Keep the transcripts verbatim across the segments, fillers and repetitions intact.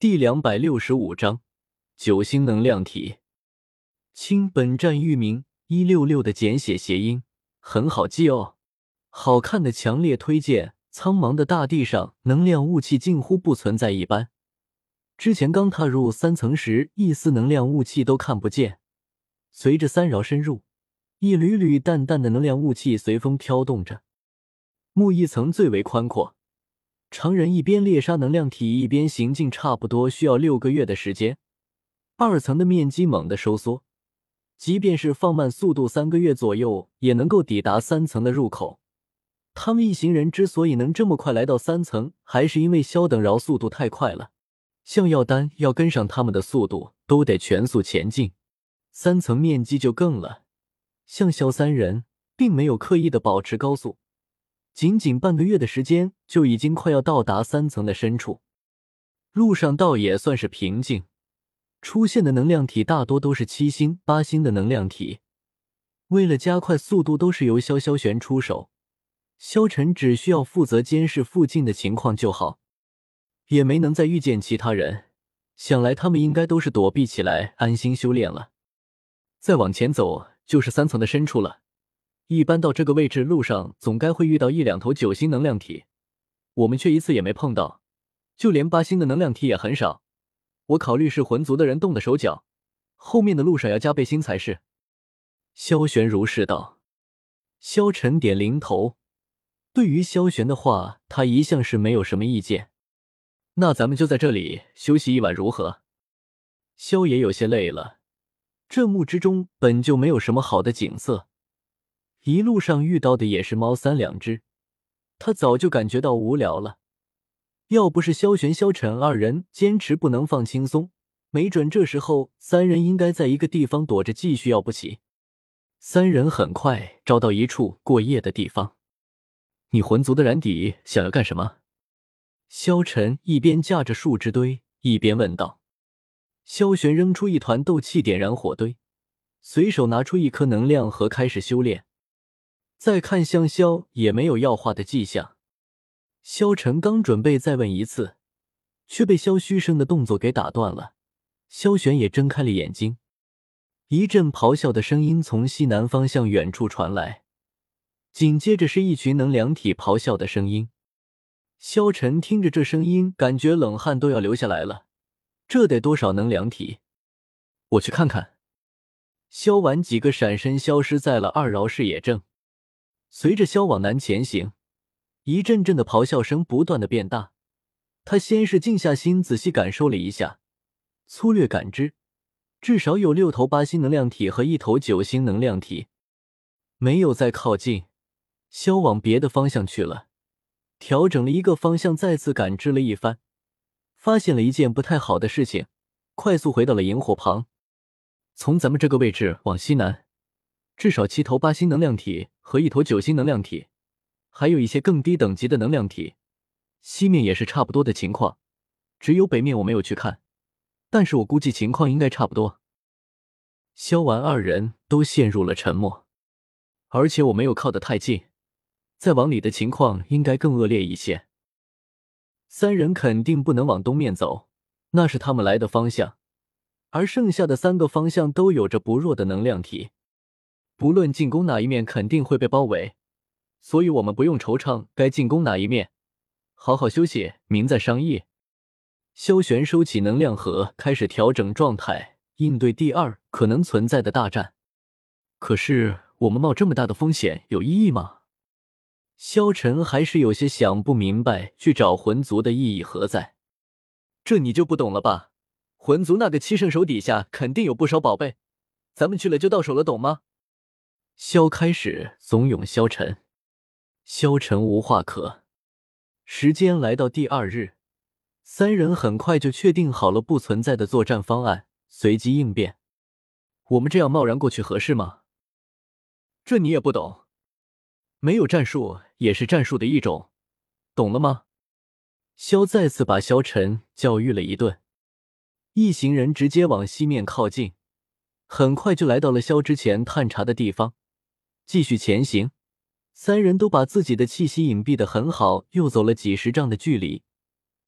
第两百六十五章九星能量体。亲，本站域名一六六的简写谐音，很好记哦。好看的强烈推荐。苍茫的大地上，能量雾气近乎不存在一般。之前刚踏入三层时，一丝能量雾气都看不见。随着三绕深入，一缕缕淡淡的能量雾气随风飘动着。木一层最为宽阔，常人一边猎杀能量体一边行进，差不多需要六个月的时间。二层的面积猛地收缩，即便是放慢速度，三个月左右也能够抵达三层的入口。他们一行人之所以能这么快来到三层，还是因为萧等饶速度太快了，像药丹要跟上他们的速度，都得全速前进。三层面积就更了，像萧三人并没有刻意的保持高速，仅仅半个月的时间就已经快要到达三层的深处。路上倒也算是平静，出现的能量体大多都是七星、八星的能量体。为了加快速度，都是由萧萧玄出手。萧晨只需要负责监视附近的情况就好，也没能再遇见其他人，想来他们应该都是躲避起来安心修炼了。再往前走就是三层的深处了，一般到这个位置路上总该会遇到一两头九星能量体，我们却一次也没碰到，就连八星的能量体也很少。我考虑是魂族的人动的手脚，后面的路上要加倍心才是。萧玄如是道。萧晨点零头。对于萧玄的话，他一向是没有什么意见。那咱们就在这里休息一晚如何？萧爷有些累了，这墓之中本就没有什么好的景色，一路上遇到的也是猫三两只，他早就感觉到无聊了。要不是萧玄、萧晨二人坚持不能放轻松，没准这时候三人应该在一个地方躲着继续要不起。三人很快找到一处过夜的地方。你魂族的燃底想要干什么？萧晨一边架着树枝堆，一边问道。萧玄扔出一团斗气点燃火堆，随手拿出一颗能量核开始修炼。再看向萧也没有要化的迹象。萧晨刚准备再问一次，却被萧虚生的动作给打断了。萧玄也睁开了眼睛，一阵咆哮的声音从西南方向远处传来。紧接着是一群能量体咆哮的声音。萧晨听着这声音，感觉冷汗都要流下来了。这得多少能量体？我去看看。萧婉几个闪身消失在了二饶视野正。随着萧往南前行，一阵阵的咆哮声不断的变大。他先是静下心仔细感受了一下，粗略感知，至少有六头八星能量体和一头九星能量体。没有再靠近。萧往别的方向去了，调整了一个方向，再次感知了一番，发现了一件不太好的事情，快速回到了萤火旁。从咱们这个位置往西南，至少七头八星能量体和一头九星能量体，还有一些更低等级的能量体。西面也是差不多的情况，只有北面我没有去看，但是我估计情况应该差不多。萧完二人都陷入了沉默，而且我没有靠得太近，再往里的情况应该更恶劣一些。三人肯定不能往东面走，那是他们来的方向，而剩下的三个方向都有着不弱的能量体，不论进攻哪一面肯定会被包围，所以我们不用惆怅该进攻哪一面，好好休息，明再商议。萧玄收起能量核，开始调整状态，应对第二可能存在的大战。可是我们冒这么大的风险有意义吗？萧晨还是有些想不明白去找魂族的意义何在。这你就不懂了吧？魂族那个七圣手底下肯定有不少宝贝，咱们去了就到手了，懂吗？萧开始怂恿萧晨。萧晨无话可。时间来到第二日，三人很快就确定好了不存在的作战方案，随机应变。我们这样贸然过去合适吗？这你也不懂。没有战术也是战术的一种，懂了吗？萧再次把萧晨教育了一顿。一行人直接往西面靠近，很快就来到了萧之前探查的地方。继续前行，三人都把自己的气息隐蔽得很好，又走了几十丈的距离，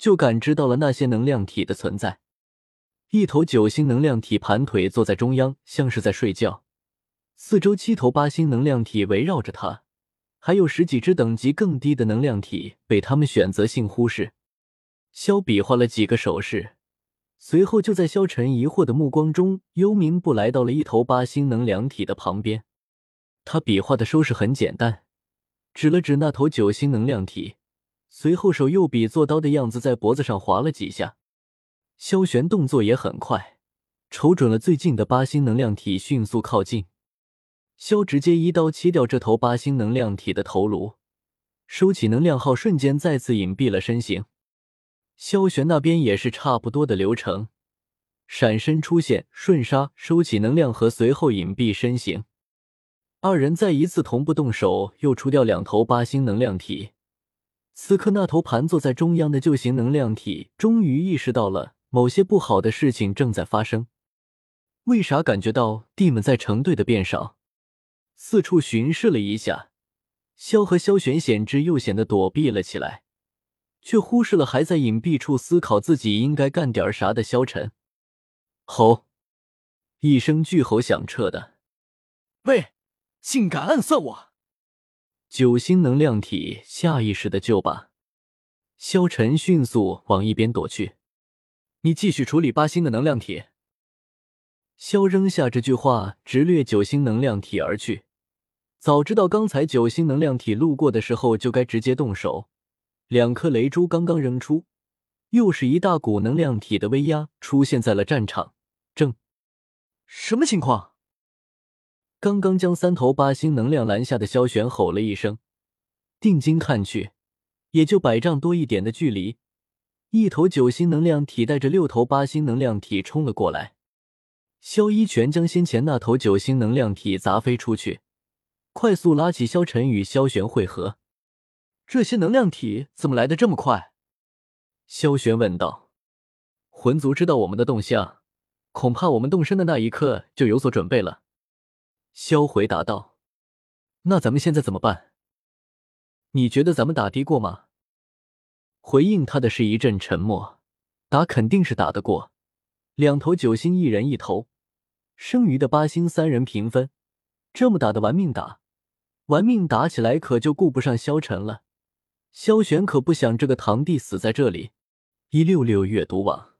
就感知到了那些能量体的存在。一头九星能量体盘腿坐在中央，像是在睡觉，四周七头八星能量体围绕着他，还有十几只等级更低的能量体被他们选择性忽视。萧比划了几个手势，随后就在萧晨疑惑的目光中，幽冥步来到了一头八星能量体的旁边。他比划的手势很简单，指了指那头九星能量体，随后手右比作刀的样子在脖子上划了几下。萧玄动作也很快，瞅准了最近的八星能量体，迅速靠近。萧直接一刀切掉这头八星能量体的头颅，收起能量号，瞬间再次隐蔽了身形。萧玄那边也是差不多的流程，闪身出现，瞬杀，收起能量盒，随后隐蔽身形。二人再一次同步动手，又除掉两头八星能量体。此刻那头盘坐在中央的旧型能量体终于意识到了某些不好的事情正在发生。为啥感觉到弟们在成队的变少？四处巡视了一下，萧和萧玄显知又显得躲避了起来，却忽视了还在隐蔽处思考自己应该干点啥的萧晨。吼！一声巨吼响彻的， 喂，竟敢暗算我！ 九星能量体下意识的就把萧晨迅速往一边躲去。你继续处理八星的能量体。萧扔下这句话，直掠九星能量体而去。早知道刚才九星能量体路过的时候就该直接动手。两颗雷珠刚刚扔出，又是一大股能量体的威压出现在了战场。正什么情况？ 刚刚将三头八星能量拦下的萧玄吼了一声，定睛看去，也就百丈多一点的距离，一头九星能量体带着六头八星能量体冲了过来。萧一拳将先前那头九星能量体砸飞出去，快速拉起萧晨与萧玄会合。 这些能量体怎么来得这么快？ 萧玄问道。魂族知道我们的动向，恐怕我们动身的那一刻就有所准备了。萧回答道。那咱们现在怎么办？你觉得咱们打的过吗？回应他的是一阵沉默。打肯定是打得过，两头九星一人一头，剩余的八星三人平分，这么打的玩命打，玩命打起来可就顾不上萧晨了。萧玄可不想这个堂弟死在这里。一六六阅读网